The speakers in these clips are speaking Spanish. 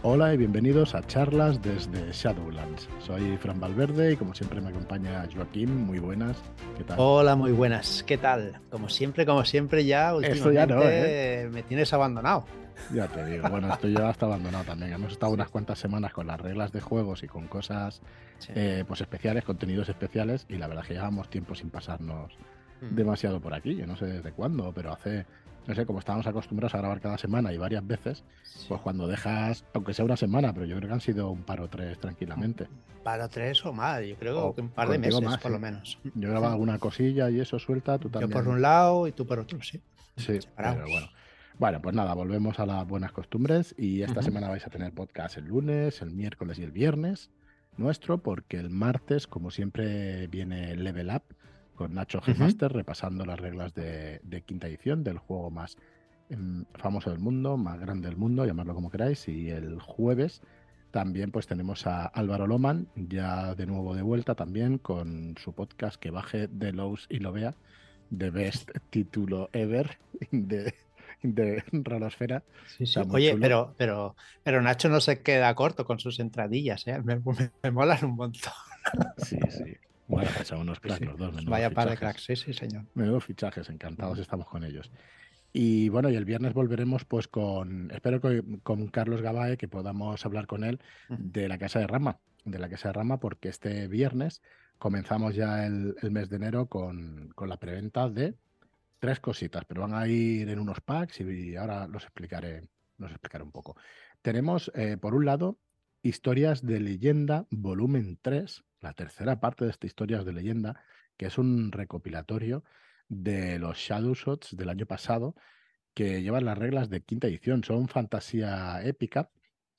Hola y bienvenidos a charlas desde Shadowlands. Soy Fran Valverde y como siempre me acompaña Joaquín. Muy buenas, ¿qué tal? Hola, muy buenas. ¿Qué tal? Como siempre, ya Esto ya no, ¿eh? últimamente me tienes abandonado. Ya te digo, bueno, esto ya está abandonado también. Hemos estado Sí, unas cuantas semanas con las reglas de juegos y con cosas sí. pues especiales, contenidos especiales, y la verdad es que llevamos tiempo sin pasarnos Mm. demasiado por aquí. Yo no sé desde cuándo, pero hace, no sé, como estábamos acostumbrados a grabar cada semana y varias veces, Sí. pues cuando dejas, aunque sea una semana, pero yo creo que han sido un par o tres Un tranquilamente. par o tres o más, yo creo O que un par de contigo meses, más, por lo sí. menos. Yo grababa alguna cosilla y eso suelta, tú Yo por también. un lado y tú por otro, sí. Sí, pero bueno. Separados. Bueno, pues nada, volvemos a las buenas costumbres y esta Ujú, semana vais a tener podcast el lunes, el miércoles y el viernes nuestro, porque el martes, como siempre, viene Level Up con Nacho G. ujú. Master repasando las reglas de quinta edición del juego más famoso del mundo, más grande del mundo, llamarlo como queráis. Y el jueves también pues tenemos a Álvaro Loman, ya de nuevo de vuelta también con su podcast Que baje de Lowe's y lo vea, The Best título ever de Rolosfera. Sí, Está sí. muy Oye, chulo. pero Nacho no se queda corto con sus entradillas, ¿eh? Me molan un montón. Sí, sí. Bueno, que son unos Sí, cracks sí. los dos, menudos Vaya par de fichajes. cracks, sí, sí, señor. Menudos fichajes, encantados Ujú, estamos con ellos. Y bueno, y el viernes volveremos pues con, espero que con Carlos Gabae, que podamos hablar con él ujú. de la Casa de Rama, porque este viernes comenzamos ya el mes de enero con la preventa de tres cositas, pero van a ir en unos packs y ahora los explicaré un poco. Tenemos, por un lado, Historias de Leyenda, volumen 3, la tercera parte de esta Historias de Leyenda, que es un recopilatorio de los Shadowshots del año pasado, que llevan las reglas de quinta edición. Son fantasía épica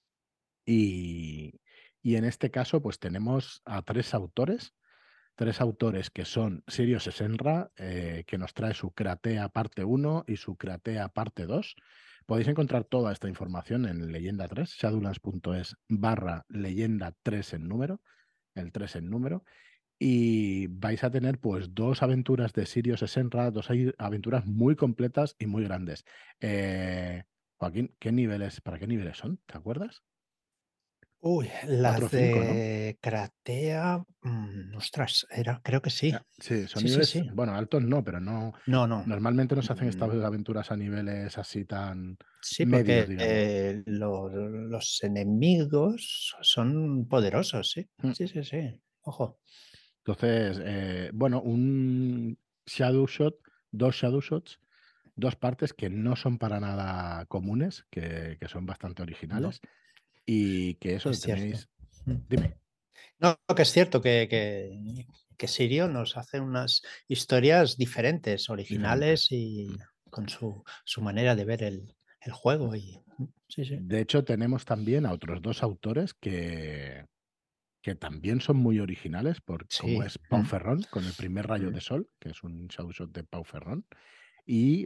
y, y en este caso, pues tenemos a tres autores que son Sirio Sesenra, que nos trae su Kratea parte uno y su Kratea parte 2. Podéis encontrar toda esta información en Leyenda 3, shadowlands.es/leyenda 3 en número, el 3 en número, y vais a tener pues dos aventuras de Sirio Sesenra, aventuras muy completas y muy grandes. Eh, Joaquín, ¿para qué niveles son? ¿Te acuerdas? Uy, Cuatro o las cinco, ¿no? de Kratea, ostras, creo que sí. Sí, son Sí, sí, niveles, sí. bueno, altos no, pero no. No, no. Normalmente no se hacen estas Mm, aventuras a niveles así tan Sí, medios, porque digamos. los enemigos son poderosos, sí. Mm. Sí, sí, sí. Ojo. Entonces, bueno, un Shadow Shot, dos Shadow Shots, dos partes que no son para nada comunes, que son bastante No, originales y que eso es cierto. tenéis. Mm. Dime. No, que es cierto que Sirio nos hace unas historias diferentes, Diferentes. originales y con su manera de ver el juego. Y, sí, sí. De hecho, tenemos también a otros dos autores que también son muy originales, como Sí. es Pau Ferrón, con el primer rayo Mm. de sol, que es un shot de Pau Ferrón, y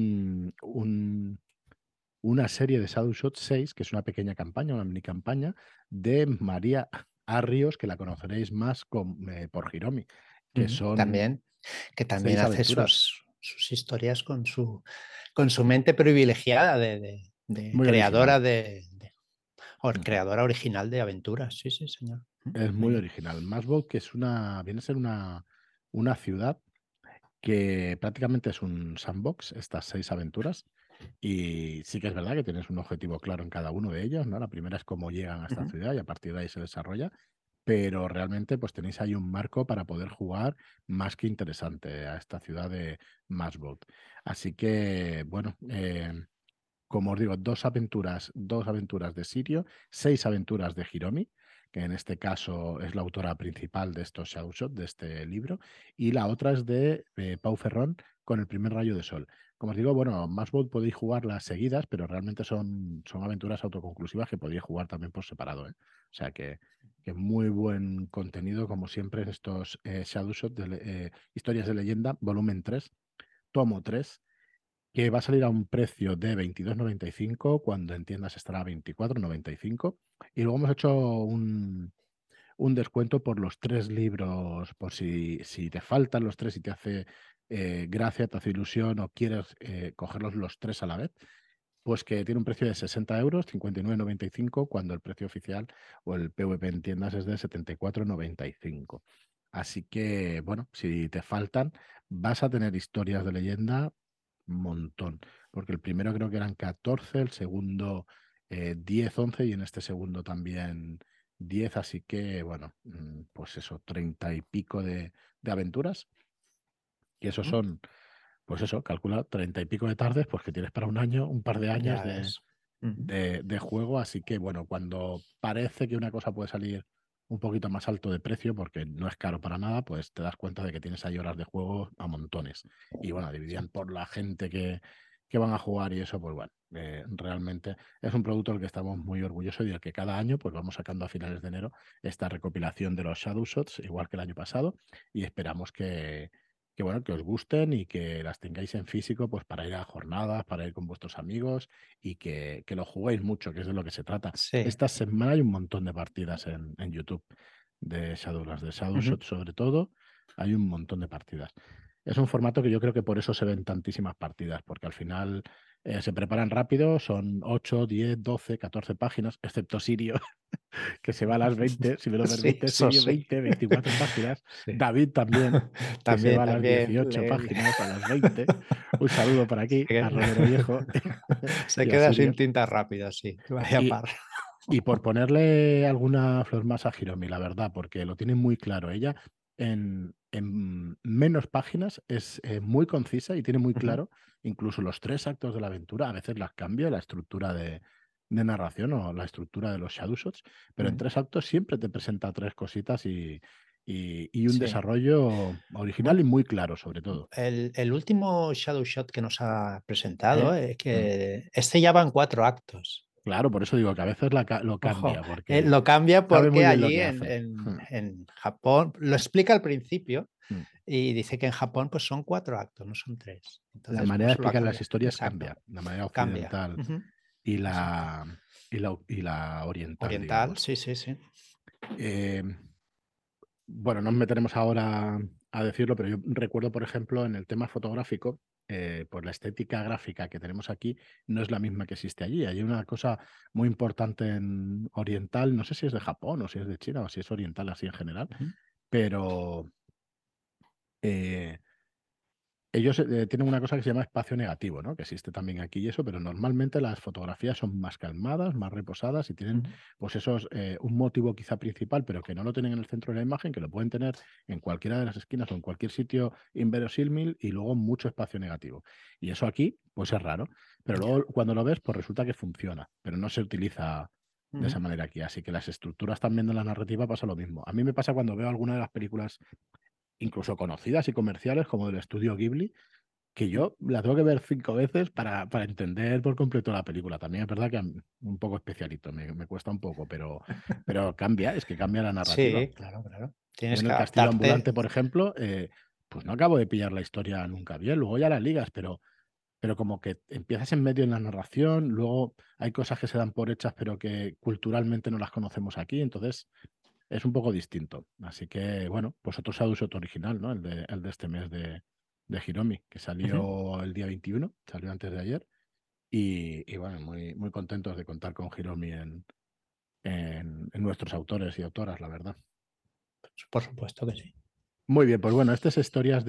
una serie de Shadowshot 6, que es una pequeña campaña, una mini campaña, de María Arrios, que la conoceréis más por Hiromi, que son También, que también seis hace aventuras sus historias con su mente privilegiada de muy creadora original. o Mm. creadora original de aventuras. Sí, sí, señor. Es Muy muy bien. original. Masbow, que viene a ser una ciudad que prácticamente es un sandbox, estas seis aventuras. Y sí que es verdad que tienes un objetivo claro en cada uno de ellos, ¿no? La primera es cómo llegan a esta Ujú. ciudad y a partir de ahí se desarrolla, pero realmente pues tenéis ahí un marco para poder jugar más que interesante a esta ciudad de Masboat. Así que, bueno, como os digo, dos aventuras de Sirio, seis aventuras de Hiromi, que en este caso es la autora principal de estos Shadowshot, de este libro, y la otra es de Pau Ferrón con el primer rayo de sol. Como os digo, bueno, Masboat podéis jugarlas seguidas, pero realmente son aventuras autoconclusivas que podéis jugar también por separado, ¿eh? O sea que muy buen contenido, como siempre, en estos Shadowshot Historias de Leyenda, volumen 3 tomo 3, que va a salir a un precio de 22,95, cuando en tiendas estará a 24,95. Y luego hemos hecho un descuento por los tres libros, por si te faltan los tres y te hace gracia, te hace ilusión o quieres cogerlos los tres a la vez. Pues que tiene un precio de 60 euros, 59,95, cuando el precio oficial o el PVP en tiendas es de 74,95. Así que, bueno, si te faltan, vas a tener historias de leyenda montón, porque el primero creo que eran 14, el segundo 10, 11 y en este segundo también 10, así que, bueno, pues eso, 30 y pico de aventuras. Y esos ¿Mm? son, pues eso, calcula 30 y pico de tardes, pues que tienes para un año, un par de años Ya ves. Ujú. de juego, así que bueno, cuando parece que una cosa puede salir un poquito más alto de precio, porque no es caro para nada, pues te das cuenta de que tienes ahí horas de juego a montones. Y bueno, dividían Exacto. por la gente que van a jugar y eso, pues bueno, realmente es un producto del que estamos muy orgullosos y del que cada año pues vamos sacando a finales de enero esta recopilación de los Shadow Shots, igual que el año pasado, y esperamos que bueno, que os gusten y que las tengáis en físico, pues para ir a jornadas, para ir con vuestros amigos y que lo juguéis mucho, que es de lo que se trata. Sí. Esta semana hay un montón de partidas en YouTube de Shadowlands, de Ujú. Shadowshot sobre todo, hay un montón de partidas. Es un formato que yo creo que por eso se ven tantísimas partidas, porque al final se preparan rápido, son 8, 10, 12, 14 páginas, excepto Sirio, que se va a las 20, si me lo Sí, permite, eso Sirio sí. 20, 24 páginas, Sí. David también, que se También, va a las también 18 lee. páginas, a las 20. Un saludo por Se aquí a queda, Romero Viejo se y a queda sin Sirio. tinta rápida, sí. Vaya Y, par. y por ponerle alguna flor más a Hiromi, la verdad, porque lo tiene muy claro. Ella en menos páginas es muy concisa y tiene muy Ujú. claro incluso los 3 actos de la aventura. A veces las cambia la estructura de narración o la estructura de los Shadowshots, pero en Mm. 3 actos siempre te presenta 3 cositas y un Sí. desarrollo original y Bueno, muy claro, sobre todo. el último Shadow Shot que nos ha ¿Eh? presentado, Mm. que este ya va en 4 actos. Claro, por eso digo que a veces lo Ojo, cambia, porque lo cambia sabe muy porque bien lo allí que hace. Mm, en Japón, lo explica al principio mm. y dice que en Japón pues son 4 actos, no son 3. La Entonces, por manera de eso lo ha explicar las cambiado. historias Exacto, cambia, la manera cambia. occidental Ujú. y Exacto. la oriental, Oriental, digamos. sí, sí, sí. Eh, bueno, no nos meteremos ahora a decirlo, pero yo recuerdo, por ejemplo, en el tema fotográfico, pues la estética gráfica que tenemos aquí no es la misma que existe allí. Hay una cosa muy importante en oriental, no sé si es de Japón o si es de China o si es oriental así en general, Ujú, pero eh, ellos tienen una cosa que se llama espacio negativo, ¿no? Que existe también aquí y eso, pero normalmente las fotografías son más calmadas, más reposadas y tienen, ujú. pues esos, un motivo quizá principal, pero que no lo tienen en el centro de la imagen, que lo pueden tener en cualquiera de las esquinas o en cualquier sitio inverosímil y luego mucho espacio negativo. Y eso aquí, pues es raro, pero Ya. luego cuando lo ves, pues resulta que funciona, pero no se utiliza de Ujú, esa manera aquí. Así que las estructuras también de la narrativa pasa lo mismo. A mí me pasa cuando veo alguna de las películas incluso conocidas y comerciales como del estudio Ghibli, que yo la tengo que ver 5 veces para entender por completo la película. También es verdad que un poco especialito, me cuesta un poco, pero cambia, es que cambia la narrativa. sí, claro, claro. Yo Tienes en que El Castillo adaptarte. Ambulante, por ejemplo, pues no acabo de pillar la historia nunca bien, luego ya la ligas, pero como que empiezas en medio en la narración, luego hay cosas que se dan por hechas, pero que culturalmente no las conocemos aquí, entonces es un poco distinto. Así que, bueno, pues otro Shadowshot original, ¿no? El de este mes de Hiromi, que Ujú. salió el día 21, salió antes de ayer. Y bueno, muy, muy contentos de contar con Hiromi en nuestros autores y autoras, la verdad. Por supuesto que sí. Muy bien, pues bueno, estas historias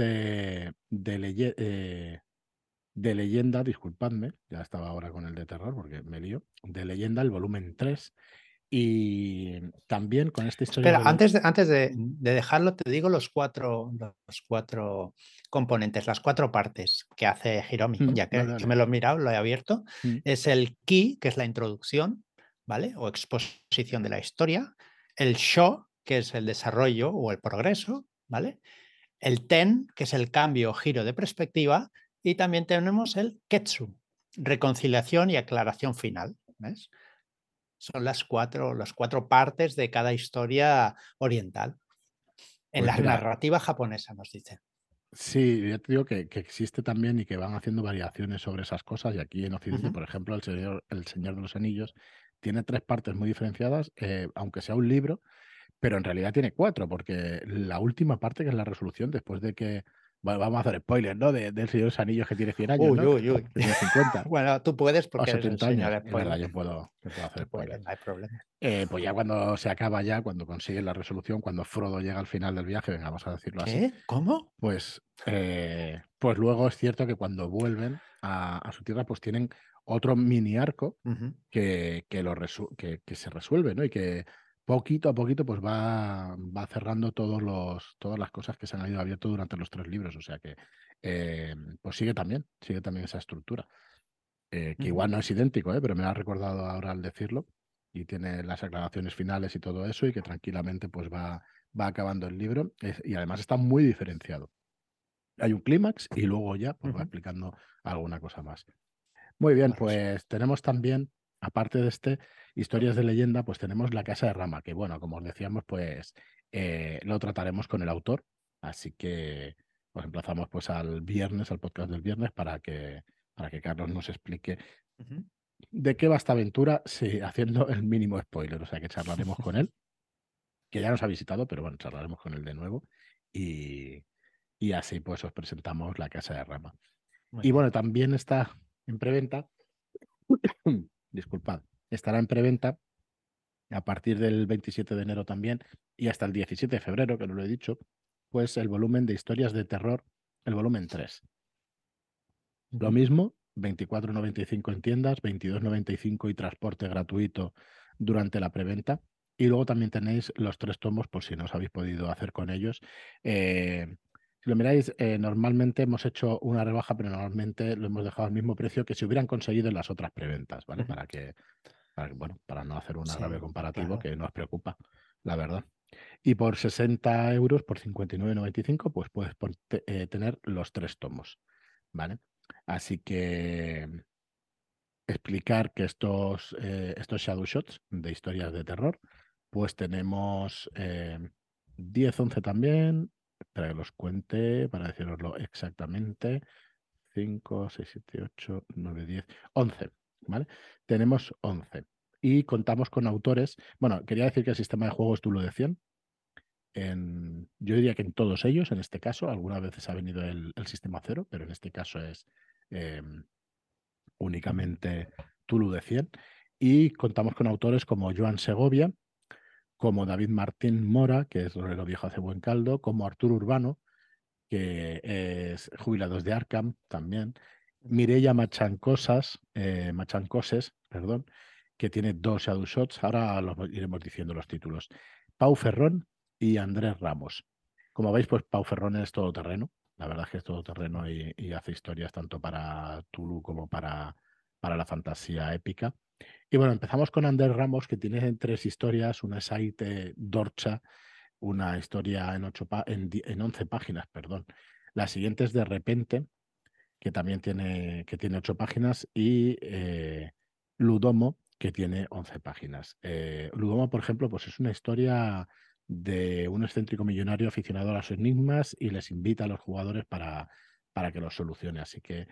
de leyenda, disculpadme, ya estaba ahora con el de terror porque me lío, de leyenda, el volumen 3. Y también con esta historia Espera, de leyenda. de dejarlo, te digo los cuatro componentes, las 4 partes que hace Hiromi, ya Dale, que dale. me lo he mirado, lo he abierto. Mm, Es el ki, que es la introducción, ¿vale? O exposición de la historia. El sho, que es el desarrollo o el progreso, ¿vale? El ten, que es el cambio o giro de perspectiva. Y también tenemos el ketsu, reconciliación y aclaración final, ¿ves? Son las cuatro partes de cada historia oriental. En Pues la mira, narrativa japonesa, nos dice. sí, ya te digo que existe también y que van haciendo variaciones sobre esas cosas. Y aquí en Occidente, Ujú. por ejemplo, el Señor de los Anillos tiene 3 partes muy diferenciadas, aunque sea un libro, pero en realidad tiene 4, porque la última parte, que es la resolución, después de que Bueno, vamos a hacer spoilers, ¿no? Del Señor de los Anillos que tiene 100 años, Uy, ¿no? uy, uy. Que tiene 50 Bueno, tú puedes o porque eres el 70 años. señor Es verdad, spoiler. yo puedo hacer Tú puedes, spoilers. no hay problema. Pues ya cuando se acaba ya, cuando consiguen la resolución, cuando Frodo llega al final del viaje, venga, vamos a decirlo así, ¿Qué? ¿Cómo? pues luego es cierto que cuando vuelven a su tierra, pues tienen otro mini arco Ujú, que se resuelve, ¿no? Y que poquito a poquito pues va cerrando todas las cosas que se han ido abierto durante los 3 libros. O sea que pues sigue también esa estructura. Que ujú. igual no es idéntico, pero me ha recordado ahora al decirlo. Y tiene las aclaraciones finales y todo eso, y que tranquilamente pues va acabando el libro. Y además está muy diferenciado. Hay un clímax y luego ya pues va Ujú. explicando alguna cosa más. Muy bien, Bueno, pues tenemos también, aparte de historias de leyenda, pues tenemos La Casa de Rama, que bueno, como os decíamos, pues lo trataremos con el autor, así que os emplazamos pues al viernes, al podcast del viernes, para que Carlos nos explique ujú. de qué va esta aventura, sí, haciendo el mínimo spoiler, o sea que charlaremos con él, que ya nos ha visitado, pero bueno, charlaremos con él de nuevo y, y así pues os presentamos La Casa de Rama. Muy Y bien. bueno, también está en preventa. Disculpad, estará en preventa a partir del 27 de enero también y hasta el 17 de febrero, que no lo he dicho, pues el volumen de historias de terror, el volumen 3. Lo Ujú. mismo, 24,95 en tiendas, 22,95 y transporte gratuito durante la preventa. Y luego también tenéis los 3 tomos por si no os habéis podido hacer con ellos. Si lo miráis, normalmente hemos hecho una rebaja, pero normalmente lo hemos dejado al mismo precio que si hubieran conseguido en las otras preventas, ¿vale? Ujú. Bueno, para no hacer un agravio Sí, comparativo claro. que nos preocupa, la verdad. Y por 60 euros, por 59,95, pues puedes tener los 3 tomos, ¿vale? Así que explicar que estos shadow shots de historias de terror, pues tenemos 10, 11 también. Espera que los cuente para deciroslo exactamente. 5, 6, 7, 8, 9, 10, 11, ¿vale? Tenemos 11. Y contamos con autores. Bueno, quería decir que el sistema de juego es tú lo de 100. Yo diría que en todos ellos, en este caso, algunas veces ha venido el sistema cero, pero en este caso es eh, Ujú. únicamente Tulu de 100. Y contamos con autores como Joan Segovia, como David Martín Mora, que es Rolero Viejo hace buen caldo, como Arturo Urbano, que es Jubilados de Arkham también, Mireia Machancoses, perdón, que tiene 2 Shadow Shots, ahora los iremos diciendo los títulos, Pau Ferrón y Andrés Ramos. Como veis, pues Pau Ferrón es todoterreno, la verdad es que es todoterreno y hace historias tanto para Tulu como para la fantasía épica. Y bueno, empezamos con Andrés Ramos, que tiene 3 historias, una es Aite Dorcha, una historia en 11 páginas, perdón. La siguiente es De repente, que tiene 8 páginas, y Ludomo, que tiene 11 páginas. Ludomo, por ejemplo, pues es una historia de un excéntrico millonario aficionado a los enigmas y les invita a los jugadores para que los solucione. Así que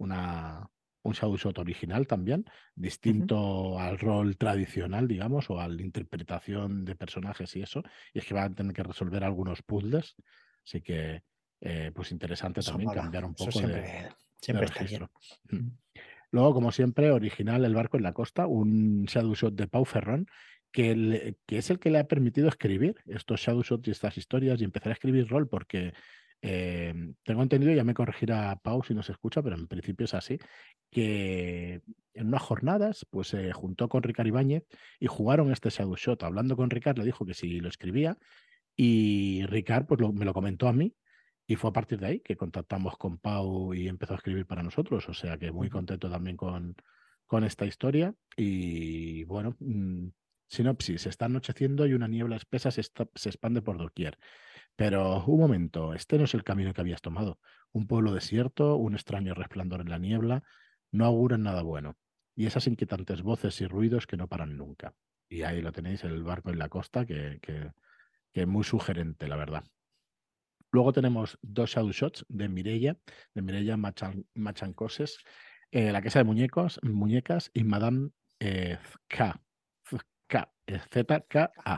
un Shadowshot original también, Ujú. distinto al rol tradicional, digamos, o a la interpretación de personajes y eso. Y es que van a tener que resolver algunos puzzles. Así que, pues interesante Eso también mola. cambiar un Eso poco de siempre está bien. registro. Mm. Mm. Luego, como siempre, original El barco en la costa, un Shadowshot de Pau Ferrón, que es el que le ha permitido escribir estos Shadowshots y estas historias y empezar a escribir rol, porque tengo entendido, ya me corregirá Pau si nos escucha, pero en principio es así, que en unas jornadas pues se juntó con Ricard Ibáñez y jugaron este Shadowshot. Hablando con Ricard, le dijo que si lo escribía, y Ricard pues me lo comentó a mí y fue a partir de ahí que contactamos con Pau y empezó a escribir para nosotros. O sea que muy Ujú. contento también con esta historia. Y bueno, sinopsis, está anocheciendo y una niebla espesa se expande por doquier. Pero un momento, este no es el camino que habías tomado. Un pueblo desierto, un extraño resplandor en la niebla, no auguran nada bueno. Y esas inquietantes voces y ruidos que no paran nunca. Y ahí lo tenéis, el barco en la costa, que es muy sugerente, la verdad. Luego tenemos 2 shadow shots de Mireia Machancoses, La Casa de Muñecas y Madame ZK, ZK, ZKA.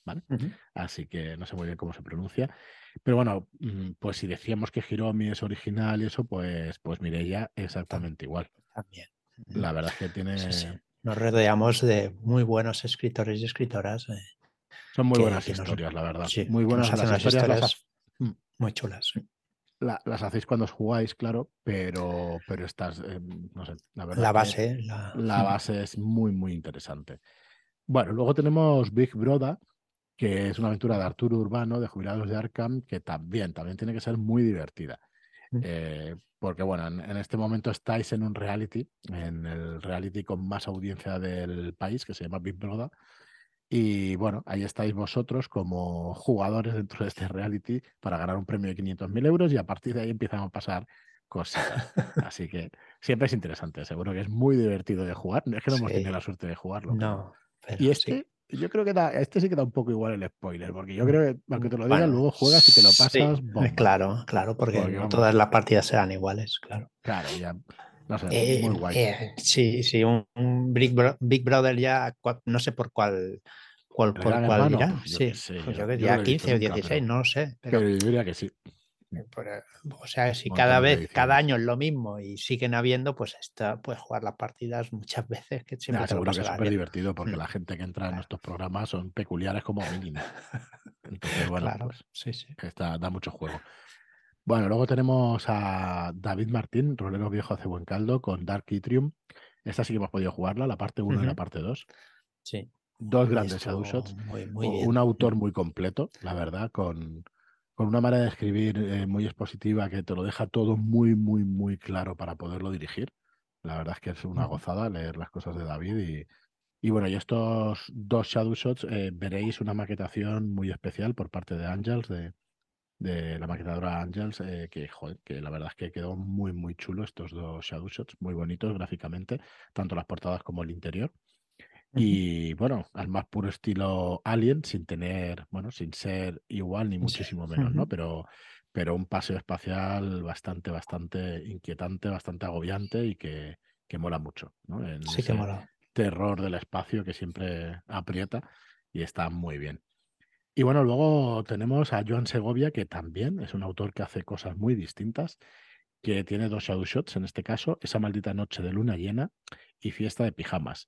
¿vale? Ujú. Así que no sé muy bien cómo se pronuncia. Pero bueno, pues si decíamos que Hiromi es original y eso, pues Mireia Tam- exactamente igual. También. Ujú. La verdad es que Sí, sí. tiene... Nos rodeamos de muy buenos escritores y escritoras Son muy buenas que nos, historias, la verdad. sí, Muy que nos buenas. hacen Las unas historias historias muy chulas. Sí. las hacéis cuando os jugáis, claro, pero estas, no sé, la verdad es La que base, la base es muy, muy interesante. Bueno, luego tenemos Big Brother, que es una aventura de Arturo Urbano, de Jubilados de Arkham, que también tiene que ser muy divertida. Porque bueno, en este momento estáis en un reality, en el reality con más audiencia del país, que se llama Big Brother. Y bueno, ahí estáis vosotros como jugadores dentro de este reality para ganar un premio de 500.000 euros y a partir de ahí empiezan a pasar cositas. Así que siempre es interesante, seguro que es muy divertido de jugar. Es que no hemos Sí, tenido la suerte de jugarlo, pero... no, pero Y sí. este, yo creo que este sí que da un poco igual el spoiler, porque yo creo que, aunque te lo digan, Bueno, luego juegas y te lo pasas sí, bomba. claro, claro, porque Porque no vamos, todas las partidas serán iguales, claro. claro, ya, no sé, muy guay. Sí, sí, un Big Brother ya, no sé ¿El por Gran cuál Hermano? irá, Pues yo qué sí, sé, pues yo que yo no ya lo he visto 15 o nunca, 16, no lo sé, pero pero, yo diría que sí. o sea, si cada Montones de vez, cada ediciones. año es lo mismo y siguen habiendo, pues puedes jugar las partidas muchas veces que siempre Nada, te lo seguro que es pasarás súper bien. divertido porque Mm, la gente que entra en claro, estos programas son peculiares como mínimo. Entonces, bueno, claro, pues sí, sí. da mucho juego. Bueno, luego tenemos a David Martín, Rolero Viejo hace buen caldo, con Dark Yttrium. Esta sí que hemos podido jugarla, la parte uno y la Ujú, parte 2. sí, Dos y grandes Shadow estuvo Shots. muy Un bien. autor muy completo, la verdad, con una manera de escribir muy expositiva que te lo deja todo muy, muy, muy claro para poderlo dirigir. La verdad es que es una Ujú, gozada leer las cosas de David y bueno, y estos dos Shadow Shots veréis una maquetación muy especial por parte de Angels, de la maquetadora Angels, que, joder, que la verdad es que quedó muy, muy chulo estos dos Shadow Shots, muy bonitos gráficamente, tanto las portadas como el interior. ujú, Y bueno, al más puro estilo Alien, sin tener, bueno, sin ser igual ni sí, muchísimo menos, ¿no? ujú. Pero un paseo espacial bastante, bastante inquietante, bastante agobiante y que mola mucho, ¿no? En Sí que ese mola. terror del espacio que siempre aprieta y está muy bien. Y bueno, luego tenemos a Joan Segovia, que también es un autor que hace cosas muy distintas, que tiene dos shadow shots en este caso, Esa maldita noche de luna llena y Fiesta de pijamas.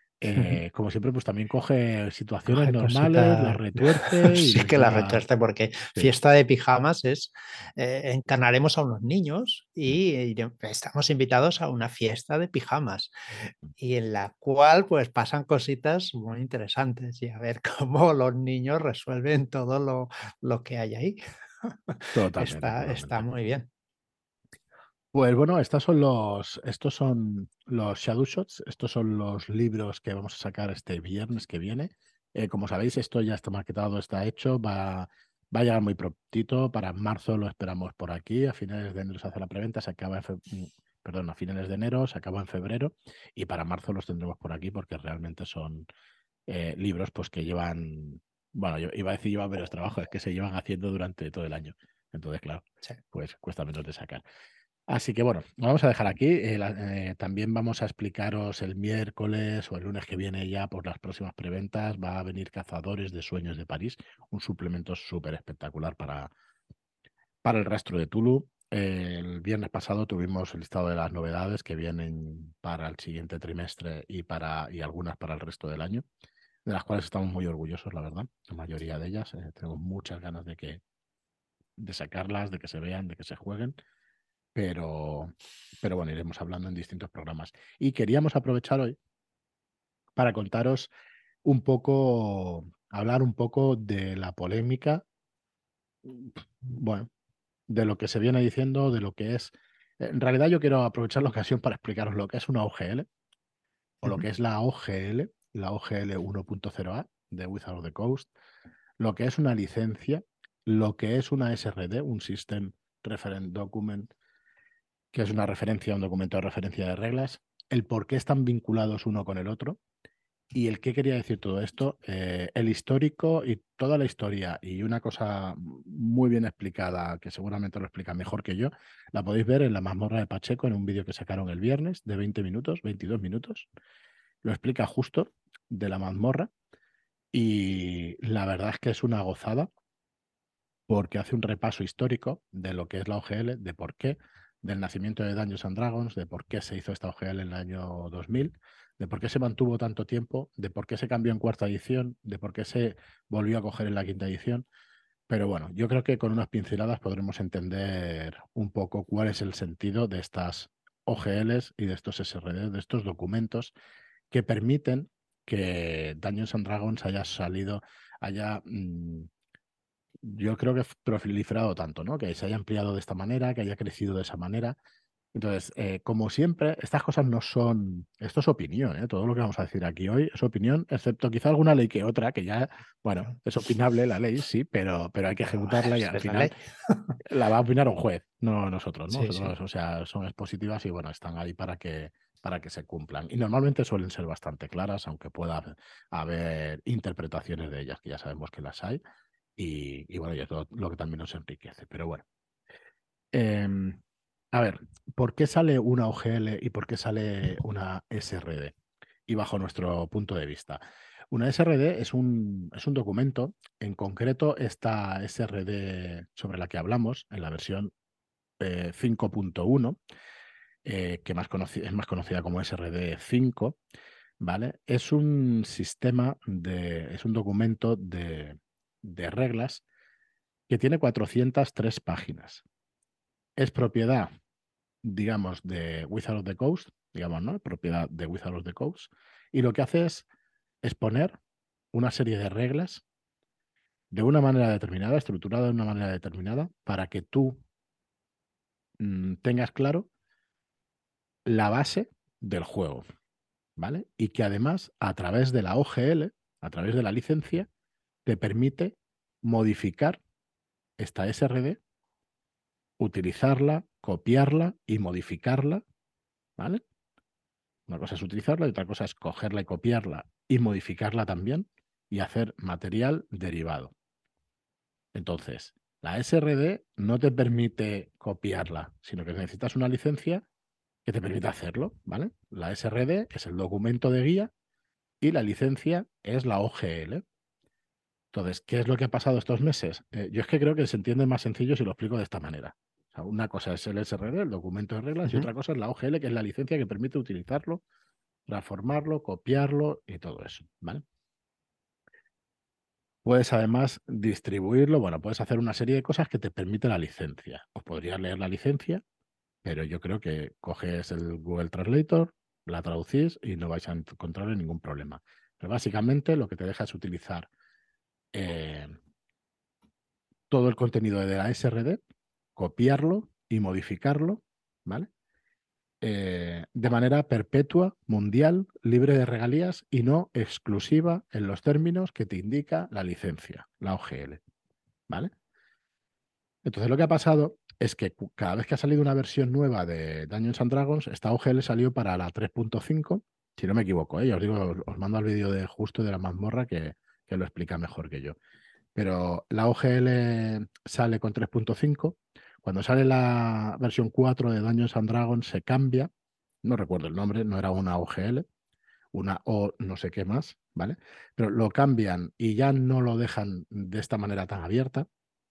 Como siempre, pues también coge situaciones Coge normales, las cositas, retuerce y sí les que la da... retuerce porque Sí. fiesta de pijamas es, encarnaremos a unos niños Mm, y estamos invitados a una fiesta de pijamas mm. y en la cual pues pasan cositas muy interesantes y a ver cómo los niños resuelven todo lo que hay ahí. Totalmente, Está totalmente. muy bien. Pues bueno, estos son los Shadow Shots, estos son los libros que vamos a sacar este viernes que viene. Como sabéis, esto ya está maquetado, está hecho, va a llegar muy prontito. Para marzo lo esperamos por aquí, a finales de enero se hace la preventa, se acaba perdón, a finales de enero, se acaba en febrero y para marzo los tendremos por aquí porque realmente son libros pues que llevan, bueno, yo iba a decir llevan varios trabajos, es que se llevan haciendo durante todo el año. Entonces, claro, Sí. pues cuesta menos de sacar. Así que bueno, lo vamos a dejar aquí. También vamos a explicaros el miércoles o el lunes que viene ya por las próximas preventas. Va a venir Cazadores de Sueños de París, un suplemento súper espectacular para el rastro de Tulu. El viernes pasado tuvimos el listado de las novedades que vienen para el siguiente trimestre y algunas para el resto del año, de las cuales estamos muy orgullosos, la verdad. La mayoría de ellas. Tenemos muchas ganas de sacarlas, de que se vean, de que se jueguen. Pero, pero bueno, iremos hablando en distintos programas. Y queríamos aprovechar hoy para contaros un poco, hablar un poco de la polémica, bueno, de lo que se viene diciendo, de lo que es. En realidad yo quiero aprovechar la ocasión para explicaros lo que es una OGL o lo Ujú. que es la OGL 1.0A de Wizard of the Coast, lo que es una licencia, lo que es una SRD, un System Reference Document, que es una referencia, un documento de referencia de reglas, el por qué están vinculados uno con el otro y el qué quería decir todo esto, el histórico y toda la historia y una cosa muy bien explicada, que seguramente lo explica mejor que yo, la podéis ver en la mazmorra de Pacheco en un vídeo que sacaron el viernes de 20 minutos, 22 minutos. Lo explica justo de la mazmorra Y la verdad es que es una gozada porque hace un repaso histórico de lo que es la OGL, de por qué, del nacimiento de Dungeons and Dragons, de por qué se hizo esta OGL en el año 2000, de por qué se mantuvo tanto tiempo, de por qué se cambió en cuarta edición, de por qué se volvió a coger en la quinta edición. Pero bueno, yo creo que con unas pinceladas podremos entender un poco cuál es el sentido de estas OGLs y de estos SRD, de estos documentos que permiten que Dungeons and Dragons haya salido, haya yo creo que proliferado tanto, ¿no? Que se haya ampliado de esta manera, que haya crecido de esa manera. Entonces, como siempre, estas cosas no son, esto es opinión, ¿eh? Todo lo que vamos a decir aquí hoy es opinión, excepto quizá alguna ley que otra, que ya, bueno, Claro, es opinable la ley, sí, pero hay que pero ejecutarla y al es la ley. final la va a opinar un juez, no nosotros, ¿no? Sí, sí. Nosotros, o sea, son expositivas y bueno, están ahí para que se cumplan. Y normalmente suelen ser bastante claras, aunque pueda haber interpretaciones de ellas, que ya sabemos que las hay. Y bueno, y es lo que también nos enriquece. Pero bueno. Em, a ver, ¿por qué sale una OGL y por qué sale una SRD? Y bajo nuestro punto de vista. Una SRD es un documento, en concreto esta SRD sobre la que hablamos, en la versión 5.1, que es más conocida como SRD 5, ¿vale? Es un sistema es un documento de reglas que tiene 403 páginas. Es propiedad, digamos, de Wizard of the Coast, digamos, ¿no? Propiedad de Wizard of the Coast. Y lo que hace es exponer una serie de reglas de una manera determinada, estructurada de una manera determinada, para que tú tengas claro la base del juego, ¿vale? Y que además, a través de la OGL, a través de la licencia, te permite modificar esta SRD, utilizarla, copiarla y modificarla, ¿vale? Una cosa es utilizarla y otra cosa es cogerla y copiarla y modificarla también y hacer material derivado. Entonces, la SRD no te permite copiarla, sino que necesitas una licencia que te permita hacerlo, ¿vale? La SRD es el documento de guía y la licencia es la OGL. Entonces, ¿qué es lo que ha pasado estos meses? Yo es que creo que se entiende más sencillo si lo explico de esta manera. O sea, una cosa es el SRD, el documento de reglas, y Ujú. otra cosa es la OGL, que es la licencia que permite utilizarlo, transformarlo, copiarlo y todo eso, ¿vale? Puedes además distribuirlo, bueno, puedes hacer una serie de cosas que te permite la licencia. Os podrías leer la licencia, pero yo creo que coges el Google Translator, la traducís y no vais a encontrar ningún problema. Pero básicamente lo que te deja es utilizar eh, todo el contenido de la SRD, copiarlo y modificarlo, ¿vale? De manera perpetua, mundial, libre de regalías y no exclusiva en los términos que te indica la licencia, la OGL, ¿vale? Entonces lo que ha pasado es que cada vez que ha salido una versión nueva de Dungeons and Dragons, esta OGL salió para la 3.5, si no me equivoco, ¿eh? Ya os digo, os mando al vídeo de justo de la mazmorra que lo explica mejor que yo. Pero la OGL sale con 3.5. Cuando sale la versión 4 de Dungeons and Dragons se cambia, no recuerdo el nombre, no era una OGL, una O no sé qué más, ¿vale? Pero lo cambian y ya no lo dejan de esta manera tan abierta.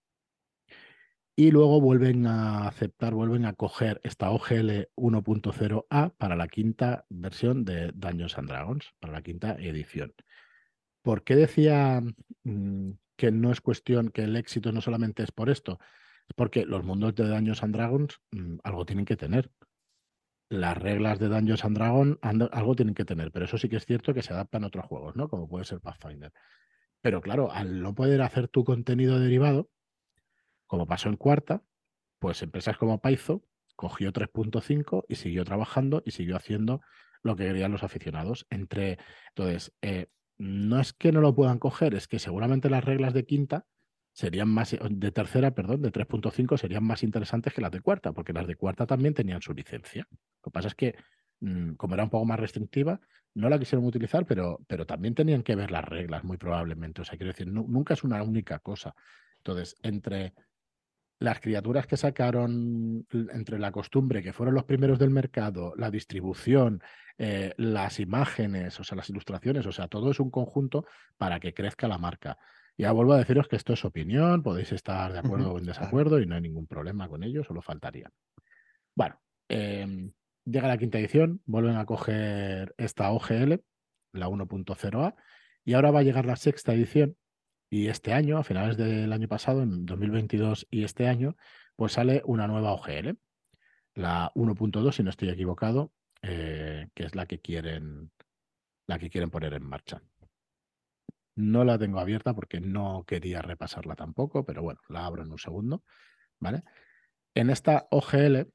Y luego vuelven a aceptar, vuelven a coger esta OGL 1.0A para la quinta versión de Dungeons and Dragons, para la quinta edición. ¿Por qué decía que no es cuestión, que el éxito no solamente es por esto? Es porque los mundos de Dungeons and Dragons algo tienen que tener. Las reglas de Dungeons and Dragons algo tienen que tener, pero eso sí que es cierto que se adaptan a otros juegos, ¿no? Como puede ser Pathfinder. Pero claro, al no poder hacer tu contenido derivado, como pasó en cuarta, pues empresas como Paizo cogió 3.5 y siguió trabajando y siguió haciendo lo que querían los aficionados. Entonces, no es que no lo puedan coger, es que seguramente las reglas de quinta serían más, de tercera, perdón, de 3.5 serían más interesantes que las de cuarta, porque las de cuarta también tenían su licencia. Lo que pasa es que, como era un poco más restrictiva, no la quisieron utilizar, pero también tenían que ver las reglas, muy probablemente. O sea, quiero decir, nunca es una única cosa. Entonces, entre las criaturas que sacaron entre la costumbre, que fueron los primeros del mercado, la distribución, las imágenes, o sea, las ilustraciones, o sea, todo es un conjunto para que crezca la marca. Ya vuelvo a deciros que esto es opinión, podéis estar de acuerdo o en Claro. desacuerdo y no hay ningún problema con ello, solo faltaría. Bueno, llega la quinta edición, vuelven a coger esta OGL, la 1.0A, y ahora va a llegar la sexta edición. Y este año, a finales del año pasado, en 2022 y este año, pues sale una nueva OGL, la 1.2, si no estoy equivocado, que es la que quieren poner en marcha. No la tengo abierta porque no quería repasarla tampoco, pero bueno, la abro en un segundo, ¿vale? En esta OGL,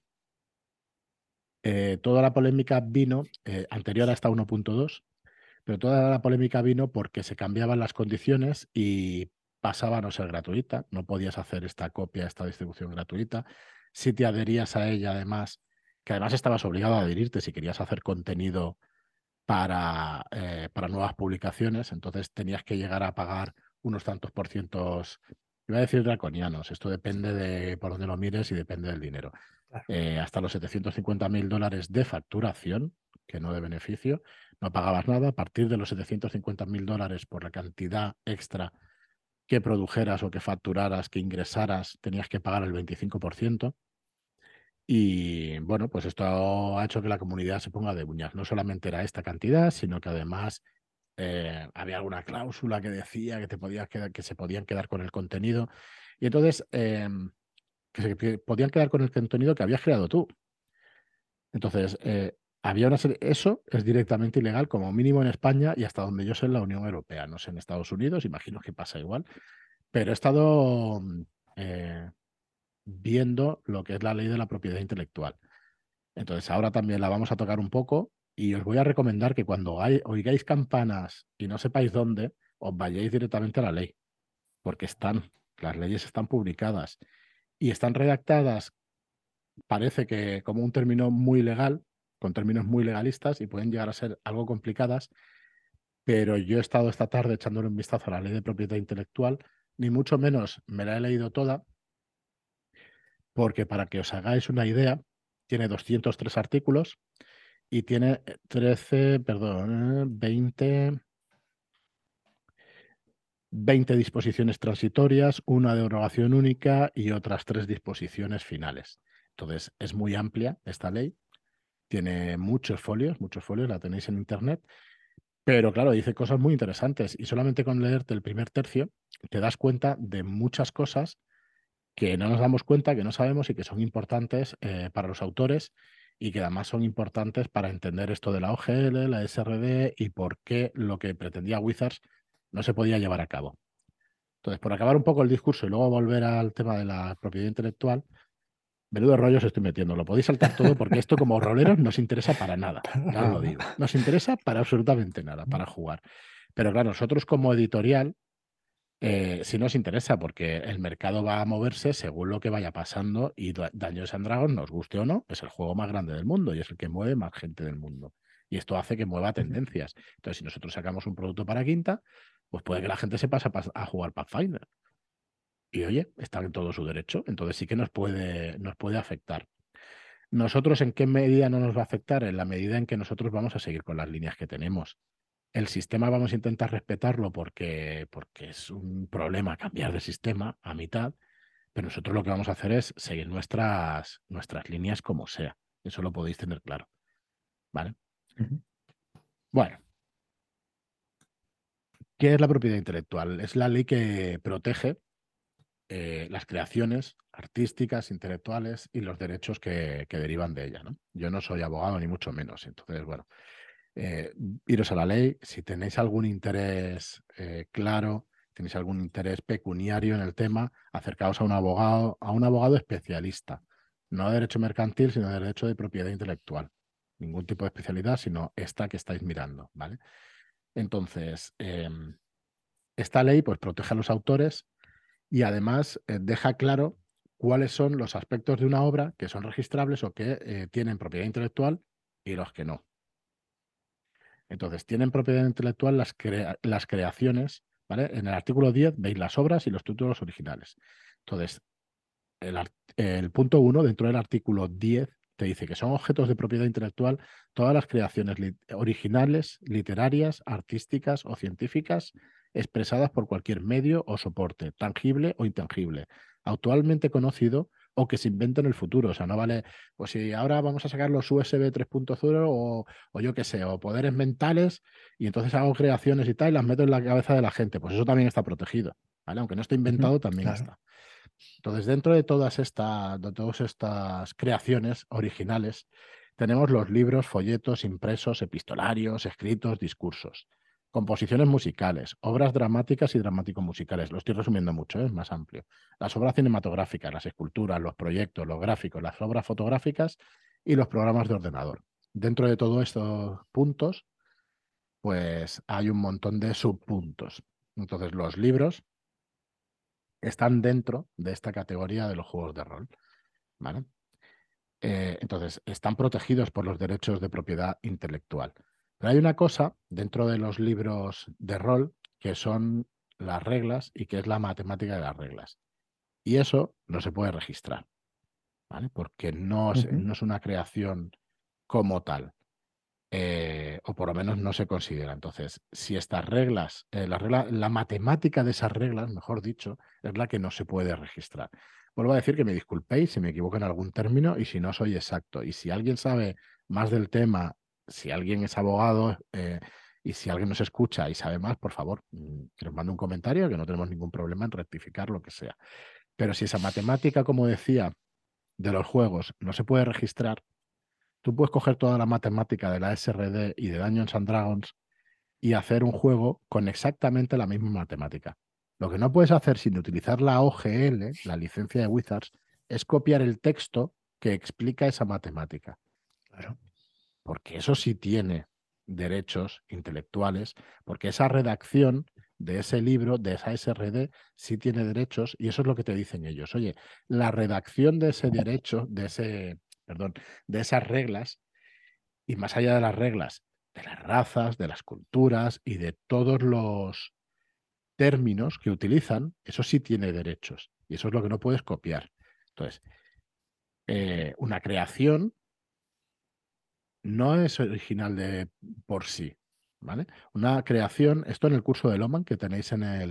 toda la polémica vino, anterior a esta 1.2, pero toda la polémica vino porque se cambiaban las condiciones y pasaba a no ser gratuita. No podías hacer esta copia, esta distribución gratuita. Si te adherías a ella, además, que además estabas obligado a adherirte si querías hacer contenido para nuevas publicaciones, entonces tenías que llegar a pagar unos tantos por cientos, iba a decir draconianos, esto depende de por dónde lo mires y depende del dinero. Claro. Hasta los $750.000 de facturación, que no de beneficio, no pagabas nada. A partir de los $750.000 por la cantidad extra que produjeras o que facturaras, que ingresaras, tenías que pagar el 25%. Y bueno, pues esto ha hecho que la comunidad se ponga de uñas. No solamente era esta cantidad, sino que además había alguna cláusula que decía que te podías quedar, que se podían quedar con el contenido. Y entonces, que se podían quedar con el contenido que habías creado tú. Entonces, había una serie, eso es directamente ilegal, como mínimo en España y hasta donde yo sé en la Unión Europea. No sé, en Estados Unidos, imagino que pasa igual. Pero he estado eh, viendo lo que es la ley de la propiedad intelectual. Entonces, ahora también la vamos a tocar un poco y os voy a recomendar que cuando oigáis campanas y no sepáis dónde, os vayáis directamente a la ley, porque las leyes están publicadas y están redactadas, parece que como un término muy legal, con términos muy legalistas y pueden llegar a ser algo complicadas, pero yo he estado esta tarde echándole un vistazo a la ley de propiedad intelectual, ni mucho menos me la he leído toda, porque para que os hagáis una idea, tiene 203 artículos y tiene 13, perdón, 20 disposiciones transitorias, una derogación única y otras 3 disposiciones finales. Entonces, es muy amplia esta ley, tiene muchos folios, la tenéis en internet, pero claro, dice cosas muy interesantes y solamente con leerte el primer tercio te das cuenta de muchas cosas que no nos damos cuenta, que no sabemos y que son importantes para los autores y que además son importantes para entender esto de la OGL, la SRD y por qué lo que pretendía Wizards no se podía llevar a cabo. Entonces, por acabar un poco el discurso y luego volver al tema de la propiedad intelectual, menudo rollo os estoy metiendo. Lo podéis saltar todo porque esto como roleros nos interesa para nada. Para Ya os lo nada. digo. Nos interesa para absolutamente nada, para jugar. Pero claro, nosotros como editorial sí nos interesa porque el mercado va a moverse según lo que vaya pasando y Dungeons and Dragons, nos guste o no, es el juego más grande del mundo y es el que mueve más gente del mundo. Y esto hace que mueva Ujú. tendencias. Entonces, si nosotros sacamos un producto para quinta, pues puede que la gente se pase a jugar Pathfinder. Y oye, está en todo su derecho. Entonces sí que nos puede afectar. ¿Nosotros en qué medida no nos va a afectar? En la medida en que nosotros vamos a seguir con las líneas que tenemos. El sistema vamos a intentar respetarlo porque es un problema cambiar de sistema a mitad, pero nosotros lo que vamos a hacer es seguir nuestras líneas como sea. Eso lo podéis tener claro. ¿Vale? Ujú. Bueno, ¿qué es la propiedad intelectual? Es la ley que protege las creaciones artísticas, intelectuales y los derechos que derivan de ella, ¿no? Yo no soy abogado ni mucho menos, entonces, bueno, eh, iros a la ley. Si tenéis algún interés claro, tenéis algún interés pecuniario en el tema, acercaos a un abogado especialista, no de derecho mercantil, sino de derecho de propiedad intelectual. Ningún tipo de especialidad, sino esta que estáis mirando, ¿vale? Entonces, esta ley pues protege a los autores y además deja claro cuáles son los aspectos de una obra que son registrables o que tienen propiedad intelectual y los que no. Entonces, tienen propiedad intelectual las creaciones, ¿vale? En el artículo 10 veis las obras y los títulos originales. Entonces, el punto 1 dentro del artículo 10 te dice que son objetos de propiedad intelectual todas las creaciones originales, literarias, artísticas o científicas expresadas por cualquier medio o soporte, tangible o intangible, actualmente conocido o que se invente en el futuro. O sea, no vale, pues si ahora vamos a sacar los USB 3.0 o yo qué sé, o poderes mentales y entonces hago creaciones y tal y las meto en la cabeza de la gente, pues eso también está protegido, ¿vale? Aunque no esté Ujú, inventado, también claro. está. Entonces, dentro de todas estas creaciones originales, tenemos los libros, folletos, impresos, epistolarios, escritos, discursos, composiciones musicales, obras dramáticas y dramático-musicales. Lo estoy resumiendo mucho, es más amplio. Las obras cinematográficas, las esculturas, los proyectos, los gráficos, las obras fotográficas y los programas de ordenador. Dentro de todos estos puntos, pues hay un montón de subpuntos. Entonces, los libros están dentro de esta categoría de los juegos de rol, ¿vale? Entonces, están protegidos por los derechos de propiedad intelectual. Pero hay una cosa dentro de los libros de rol que son las reglas y que es la matemática de las reglas. Y eso no se puede registrar, ¿vale? Porque Ujú, no es una creación como tal. O por lo menos no se considera. Entonces, si estas reglas, la matemática de esas reglas, mejor dicho, es la que no se puede registrar. Vuelvo a decir que me disculpéis si me equivoco en algún término y si no soy exacto. Y si alguien sabe más del tema, si alguien es abogado y si alguien nos escucha y sabe más, por favor, que nos mande un comentario, que no tenemos ningún problema en rectificar lo que sea. Pero si esa matemática, como decía, de los juegos no se puede registrar, tú puedes coger toda la matemática de la SRD y de Dungeons and Dragons y hacer un juego con exactamente la misma matemática. Lo que no puedes hacer sin utilizar la OGL, la licencia de Wizards, es copiar el texto que explica esa matemática, claro. porque eso sí tiene derechos intelectuales, porque esa redacción de ese libro, de esa SRD, sí tiene derechos y eso es lo que te dicen ellos. Oye, la redacción de ese derecho, perdón, de esas reglas y más allá de las reglas, de las razas, de las culturas y de todos los términos que utilizan, eso sí tiene derechos. Y eso es lo que no puedes copiar. Entonces, una creación no es original de por sí, ¿vale? Una creación, esto en el curso de Loman que tenéis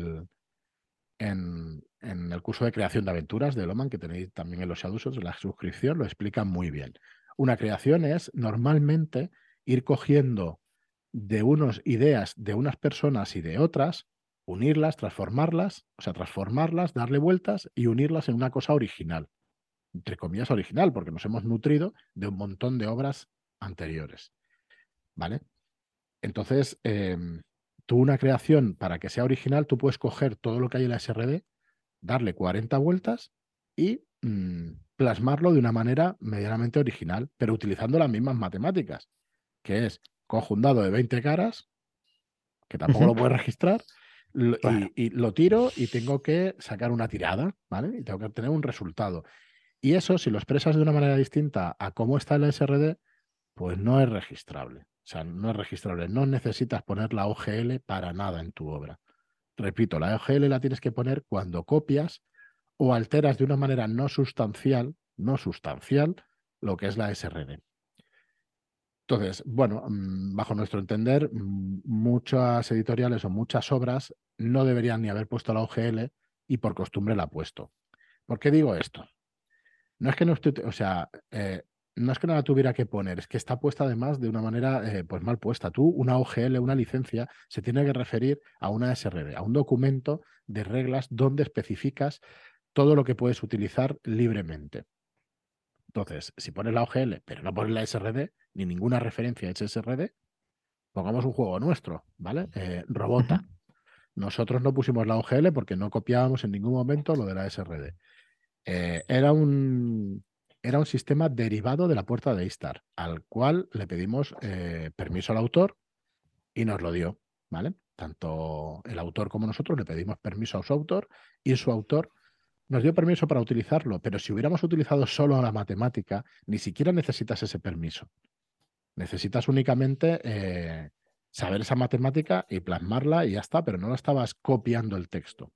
en el curso de creación de aventuras de Loman, que tenéis también en los Shadows, la suscripción, lo explica muy bien. Una creación es normalmente ir cogiendo de unas ideas de unas personas y de otras, unirlas, transformarlas, o sea, transformarlas, darle vueltas y unirlas en una cosa original, entre comillas original, porque nos hemos nutrido de un montón de obras anteriores, ¿vale? Entonces, tú una creación, para que sea original, tú puedes coger todo lo que hay en la SRD, darle 40 vueltas y plasmarlo de una manera medianamente original, pero utilizando las mismas matemáticas, que es cojo un dado de 20 caras, que tampoco Ujú, lo puedes registrar, claro. y lo tiro y tengo que sacar una tirada, ¿vale? Y tengo que obtener un resultado. Y eso, si lo expresas de una manera distinta a cómo está el SRD, pues no es registrable. O sea, no es registrable. No necesitas poner la OGL para nada en tu obra. Repito, la OGL la tienes que poner cuando copias o alteras de una manera no sustancial, lo que es la SRD. Entonces, bueno, bajo nuestro entender, muchas editoriales o muchas obras no deberían ni haber puesto la OGL y por costumbre la ha puesto. ¿Por qué digo esto? No es que no esté, o sea, no es que no la tuviera que poner, es que está puesta además de una manera pues mal puesta. Tú, una OGL, una licencia, se tiene que referir a una SRD, a un documento de reglas donde especificas todo lo que puedes utilizar libremente. Entonces, si pones la OGL, pero no pones la SRD, ni ninguna referencia a ese SRD, pongamos un juego nuestro, ¿vale? Ujú, Robota. Nosotros no pusimos la OGL porque no copiábamos en ningún momento lo de la SRD. Eh, era un, era un sistema derivado de la puerta de Istar, al cual le pedimos permiso al autor y nos lo dio, ¿vale? Tanto el autor como nosotros le pedimos permiso a su autor y su autor nos dio permiso para utilizarlo, pero si hubiéramos utilizado solo la matemática, ni siquiera necesitas ese permiso. Necesitas únicamente saber esa matemática y plasmarla y ya está, pero no lo estabas copiando el texto.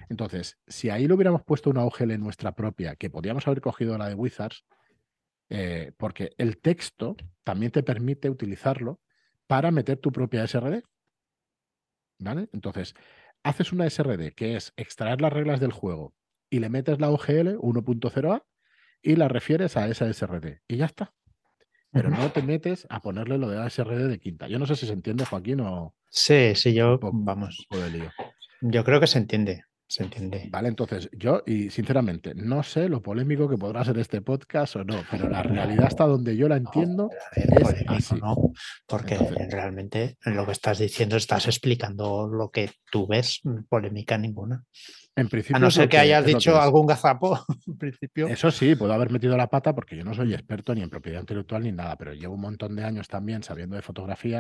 Entonces, si ahí le hubiéramos puesto una UGL nuestra propia, que podíamos haber cogido la de Wizards, porque el texto también te permite utilizarlo para meter tu propia SRD, ¿vale? Entonces, haces una SRD que es extraer las reglas del juego y le metes la UGL 1.0a y la refieres a esa SRD y ya está. Pero no te metes a ponerle lo de la SRD de quinta. Yo no sé si se entiende, Joaquín, o Sí, sí, un yo, poco, un vamos, poco de lío. yo creo que se entiende, se entiende. Vale, entonces yo, y sinceramente, no sé lo polémico que podrá ser este podcast o no, pero la realidad hasta donde yo la entiendo A ver, es polémico, así. ¿no? Porque Entonces, realmente en lo que estás diciendo estás explicando lo que tú ves, polémica ninguna. en A principio no ser que hayas es lo que dicho es. algún gazapo, en principio. Eso sí, puedo haber metido la pata porque yo no soy Mm. experto ni en propiedad intelectual ni nada, pero llevo un montón de años también sabiendo de fotografía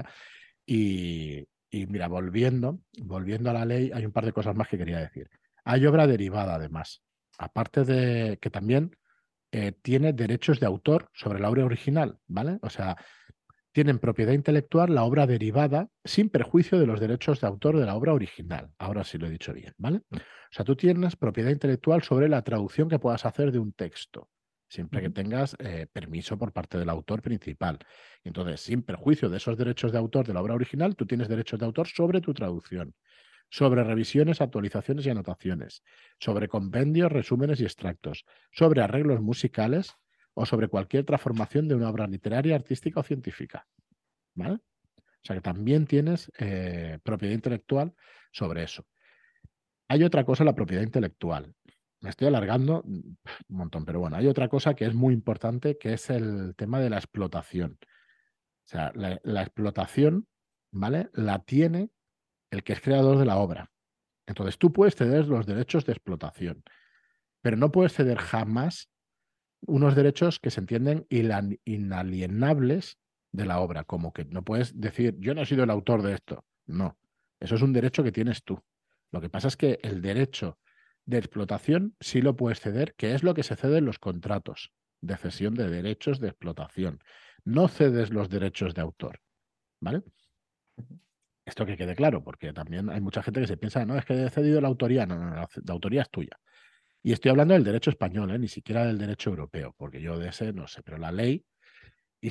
y mira, volviendo a la ley, hay un par de cosas más que quería decir. Hay obra derivada, además, aparte de que también tiene derechos de autor sobre la obra original, ¿vale? O sea, tienen propiedad intelectual la obra derivada sin perjuicio de los derechos de autor de la obra original. Ahora sí lo he dicho bien, ¿vale? O sea, tú tienes propiedad intelectual sobre la traducción que puedas hacer de un texto, siempre que tengas permiso por parte del autor principal. Entonces, sin perjuicio de esos derechos de autor de la obra original, tú tienes derechos de autor sobre tu traducción, sobre revisiones, actualizaciones y anotaciones, sobre compendios, resúmenes y extractos, sobre arreglos musicales o sobre cualquier transformación de una obra literaria, artística o científica. ¿Vale? O sea que también tienes propiedad intelectual sobre eso. Hay otra cosa, la propiedad intelectual. Me estoy alargando un montón, pero bueno, hay otra cosa que es muy importante, que es el tema de la explotación. O sea, la explotación, ¿vale? La tiene el que es creador de la obra. Entonces tú puedes ceder los derechos de explotación, pero no puedes ceder jamás unos derechos que se entienden inalienables de la obra, como que no puedes decir, yo no he sido el autor de esto. No, eso es un derecho que tienes tú. Lo que pasa es que el derecho de explotación sí lo puedes ceder, que es lo que se cede en los contratos de cesión de derechos de explotación. No cedes los derechos de autor, ¿vale? Esto que quede claro, porque también hay mucha gente que se piensa, no, es que he cedido la autoría. No, no, no, la autoría es tuya. Y estoy hablando del derecho español, ni siquiera del derecho europeo, porque yo de ese no sé, pero la ley, y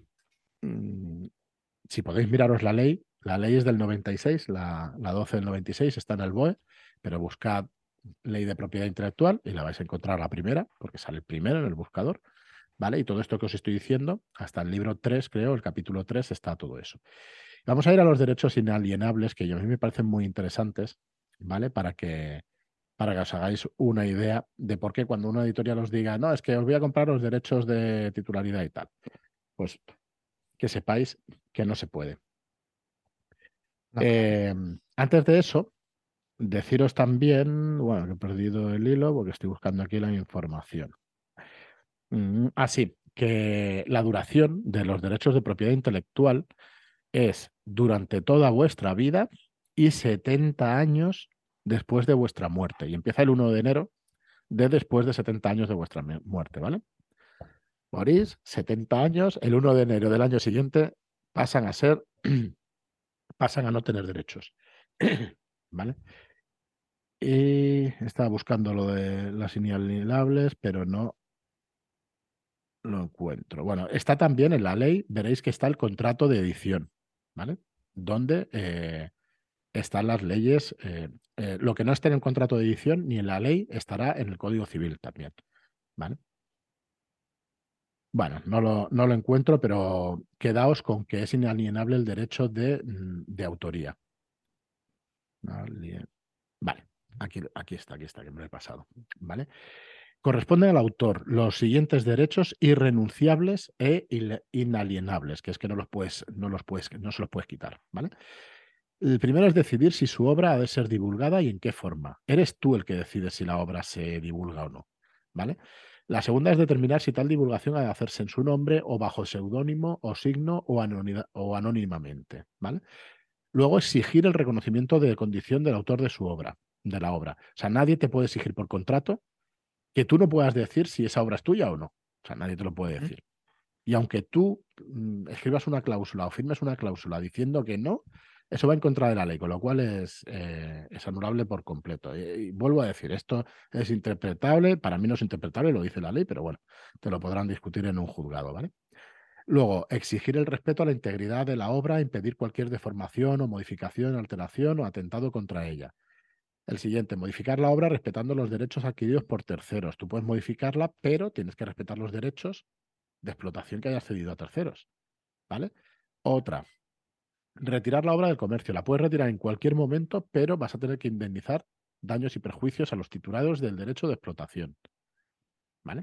mm, si podéis miraros la ley es del 96, la 12 del 96 está en el BOE, pero buscad ley de propiedad intelectual y la vais a encontrar la primera, porque sale el primero en el buscador, ¿vale? Y todo esto que os estoy diciendo, hasta el libro 3, creo, el capítulo 3, está todo eso. Vamos a ir a los derechos inalienables, que a mí me parecen muy interesantes, ¿vale? Para que os hagáis una idea de por qué cuando una editorial os diga, no, es que os voy a comprar los derechos de titularidad y tal, pues que sepáis que no se puede. No, claro. Antes de eso, deciros también, bueno, que he perdido el hilo porque estoy buscando aquí la información. Así que la duración de los derechos de propiedad intelectual es durante toda vuestra vida y 70 años después de vuestra muerte. Y empieza el 1 de enero de después de 70 años de vuestra muerte, ¿vale? Morís, 70 años, el 1 de enero del año siguiente pasan a ser, pasan a no tener derechos, ¿vale? Y estaba buscando lo de las inalienables, pero no lo encuentro. Bueno, está también en la ley, veréis que está el contrato de edición, ¿vale? Donde están las leyes, lo que no esté en el contrato de edición ni en la ley estará en el Código Civil también, ¿vale? Bueno, no lo encuentro, pero quedaos con que es inalienable el derecho de autoría. Vale, aquí está, que me lo he pasado. ¿Vale? Corresponden al autor los siguientes derechos irrenunciables e inalienables, que es que no se los puedes quitar, ¿vale? El primero es decidir si su obra ha de ser divulgada y en qué forma. Eres tú el que decides si la obra se divulga o no, ¿vale? La segunda es determinar si tal divulgación ha de hacerse en su nombre o bajo seudónimo o signo o anónimamente, ¿vale? Luego, exigir el reconocimiento de condición del autor de su obra, de la obra. O sea, nadie te puede exigir por contrato que tú no puedas decir si esa obra es tuya o no. O sea, nadie te lo puede Ujú. decir. Y aunque tú escribas una cláusula o firmes una cláusula diciendo que no, Eso va en contra de la ley, con lo cual es anulable por completo. Y vuelvo a decir, esto es interpretable, para mí no es interpretable, lo dice la ley, pero bueno, te lo podrán discutir en un juzgado, ¿vale? Luego, exigir el respeto a la integridad de la obra, impedir cualquier deformación o modificación, alteración o atentado contra ella. El siguiente, modificar la obra respetando los derechos adquiridos por terceros. Tú puedes modificarla, pero tienes que respetar los derechos de explotación que hayas cedido a terceros, ¿vale? Otra, retirar la obra del comercio. La puedes retirar en cualquier momento, pero vas a tener que indemnizar daños y perjuicios a los titulares del derecho de explotación, ¿vale?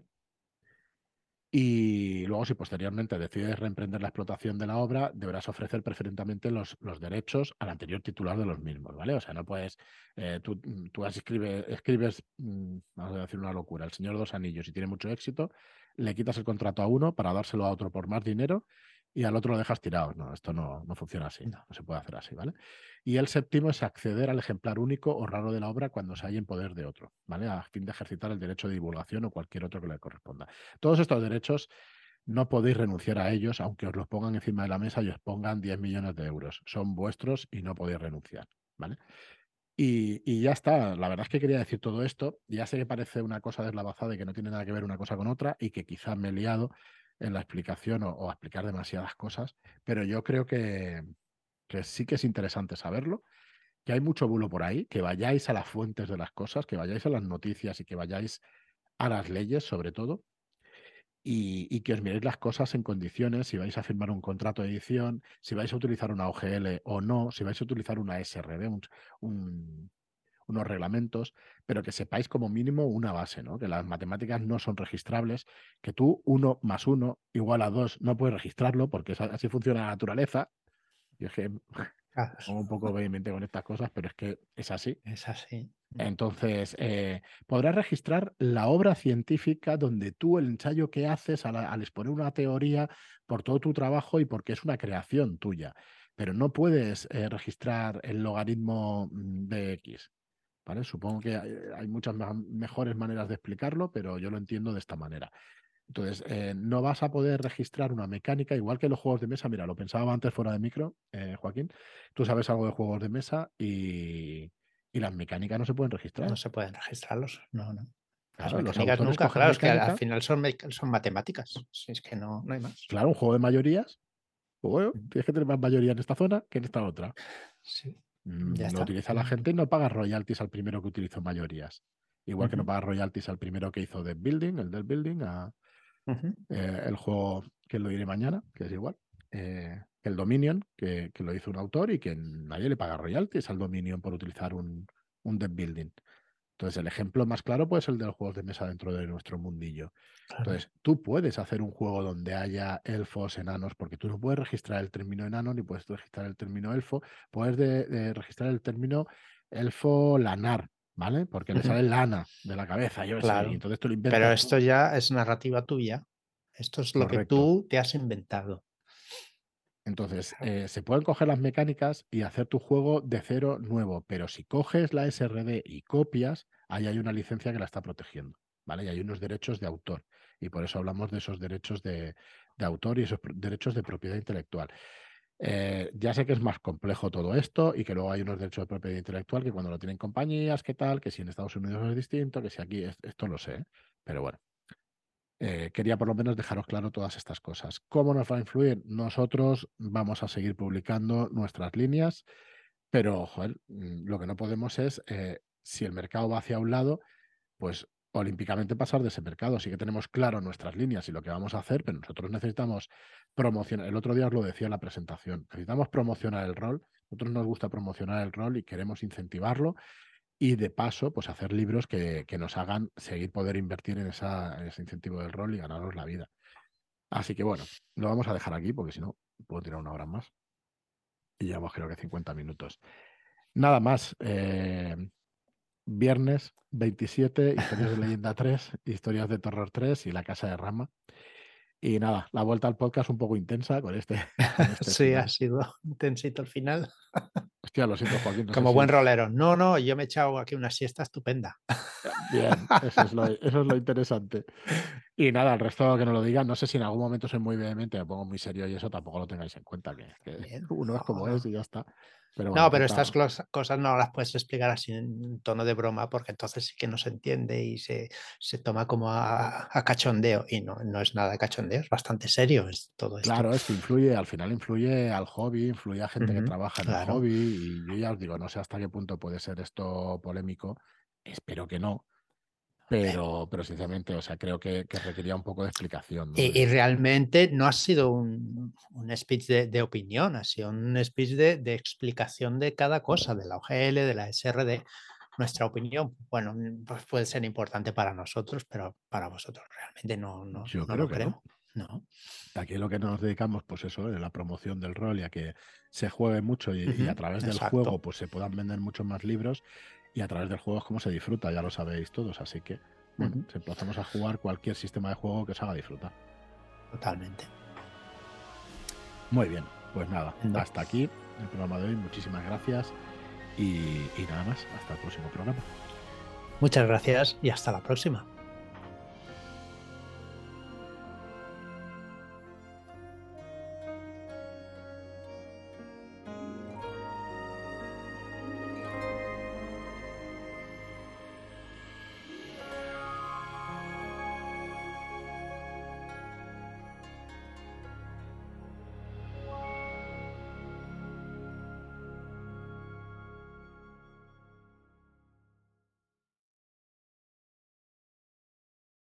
Y luego, si posteriormente decides reemprender la explotación de la obra, deberás ofrecer preferentemente los derechos al anterior titular de los mismos, ¿vale? O sea, no puedes, tú escribes, vamos a decir una locura, El Señor de los Anillos y tiene mucho éxito, le quitas el contrato a uno para dárselo a otro por más dinero y al otro lo dejas tirado. No, esto no funciona así, No. no se puede hacer así, ¿vale? Y el séptimo es acceder al ejemplar único o raro de la obra cuando se halla en poder de otro, ¿vale? A fin de ejercitar el derecho de divulgación o cualquier otro que le corresponda. Todos estos derechos no podéis renunciar a ellos, aunque os los pongan encima de la mesa y os pongan 10 millones de euros. Son vuestros y no podéis renunciar, ¿vale? Y ya está. La verdad es que quería decir todo esto. Ya sé que parece una cosa deslavazada y que no tiene nada que ver una cosa con otra y que quizás me he liado en la explicación o a explicar demasiadas cosas, pero yo creo que sí que es interesante saberlo, que hay mucho bulo por ahí, que vayáis a las fuentes de las cosas, que vayáis a las noticias y que vayáis a las leyes sobre todo y que os miréis las cosas en condiciones, si vais a firmar un contrato de edición, si vais a utilizar una OGL o no, si vais a utilizar una SRD, un- unos reglamentos, pero que sepáis como mínimo una base, ¿no? Que las matemáticas no son registrables, que tú 1 más 1 igual a 2 no puedes registrarlo porque así funciona la naturaleza. Y es que me Claro, pongo un poco vehemente con estas cosas, pero es que es así. es así. Entonces, podrás registrar la obra científica donde tú el ensayo que haces al exponer una teoría por todo tu trabajo y porque es una creación tuya, pero no puedes registrar el logaritmo de X, ¿vale? Supongo que hay muchas mejores maneras de explicarlo, pero yo lo entiendo de esta manera. Entonces, no vas a poder registrar una mecánica, igual que los juegos de mesa. Mira, lo pensaba antes fuera de micro, Joaquín. Tú sabes algo de juegos de mesa y las mecánicas no se pueden No registrar. se pueden registrarlos. No, no. Las Claro, los mecánicas autores nunca. cogen Claro, es que al mecánica. final son matemáticas. Si es que no hay más. Claro, un juego de mayorías. Pues bueno, Mm. tienes que tener más mayoría en esta zona que en esta otra. Sí, ya Lo está. utiliza la gente y no pagas royalties al primero que utilizó mayorías. Igual que no Ujú, pagas royalties al primero que hizo Deck Building, el Deck Building, ujú. el juego que lo diré mañana, que es igual, el Dominion, que lo hizo un autor y que nadie le paga royalties al Dominion por utilizar un deck building. Entonces, el ejemplo más claro puede ser el de los juegos de mesa dentro de nuestro mundillo. Claro. Entonces, tú puedes hacer un juego donde haya elfos, enanos, porque tú no puedes registrar el término enano ni puedes registrar el término elfo, puedes de registrar el término elfo lanar, ¿vale? Porque le Ujú, sale lana de la cabeza, yo qué sé, y claro. entonces tú lo Pero inventas esto tú. ya es narrativa tuya. Esto es lo que Correcto. tú te has inventado. Entonces, Claro. se pueden coger las mecánicas y hacer tu juego de cero nuevo, pero si coges la SRD y copias, ahí hay una licencia que la está protegiendo, ¿vale? Y hay unos derechos de autor. Y por eso hablamos de esos derechos de autor y esos derechos de propiedad intelectual. Ya sé que es más complejo todo esto y que luego hay unos derechos de propiedad intelectual que cuando lo tienen compañías, ¿qué tal? Que si en Estados Unidos es distinto, que si aquí, esto lo sé, ¿eh? Pero bueno. Quería por lo menos dejaros claro todas estas cosas. ¿Cómo nos va a influir? Nosotros vamos a seguir publicando nuestras líneas, pero joder, lo que no podemos es, si el mercado va hacia un lado, pues olímpicamente pasar de ese mercado. Sí que tenemos claro nuestras líneas y lo que vamos a hacer, pero nosotros necesitamos promocionar. El otro día os lo decía en la presentación, necesitamos promocionar el rol. A nosotros nos gusta promocionar el rol y queremos incentivarlo y de paso, pues hacer libros que nos hagan seguir poder invertir en ese incentivo del rol y ganaros la vida. Así que bueno, lo vamos a dejar aquí porque si no, puedo tirar una hora más y llevamos creo que 50 minutos. Nada más. Viernes 27, Historias de Leyenda 3, Historias de Terror 3 y La Casa de Rama. Y nada, la vuelta al podcast un poco intensa con con este Sí, ha final. sido intensito al final. Hostia, lo siento, Joaquín, no sé Como buen si... rolero. No, no, yo me he echado aquí una siesta estupenda. Bien, eso es lo interesante. Y nada, el resto que no lo digan, no sé si en algún momento soy muy vehemente, me pongo muy serio y eso tampoco lo tengáis en cuenta, que Bien. uno es como es y ya está. Pero bueno, No, pero estas total. cosas no las puedes explicar así en tono de broma, porque entonces sí que no se entiende y se toma como a cachondeo. Y no, no es nada de cachondeo, es bastante serio es todo esto. Claro, es que influye, al final influye al hobby, influye a gente que Ujú, trabaja en el claro. hobby y yo ya os digo, no sé hasta qué punto puede ser esto polémico, espero que no, Hombre. pero sinceramente, o sea, creo que requería un poco de explicación, ¿no? Y realmente no ha sido un speech de opinión, ha sido un speech de explicación de cada cosa, de la OGL, de la SRD. Nuestra opinión, bueno, pues puede ser importante para nosotros, pero para vosotros realmente Yo no creo lo que no. creo. No. Aquí lo que nos dedicamos, pues eso, es la promoción del rol y a que se juegue mucho y a Ujú, través del juego, exacto. pues se puedan vender muchos más libros y a través del juego es como se disfruta, ya lo sabéis todos, así que, bueno, Ujú, si empezamos a jugar cualquier sistema de juego que os haga disfrutar. totalmente. Muy bien, pues nada, No. hasta aquí el programa de hoy, muchísimas gracias y nada más, hasta el próximo programa. Muchas gracias y hasta la próxima.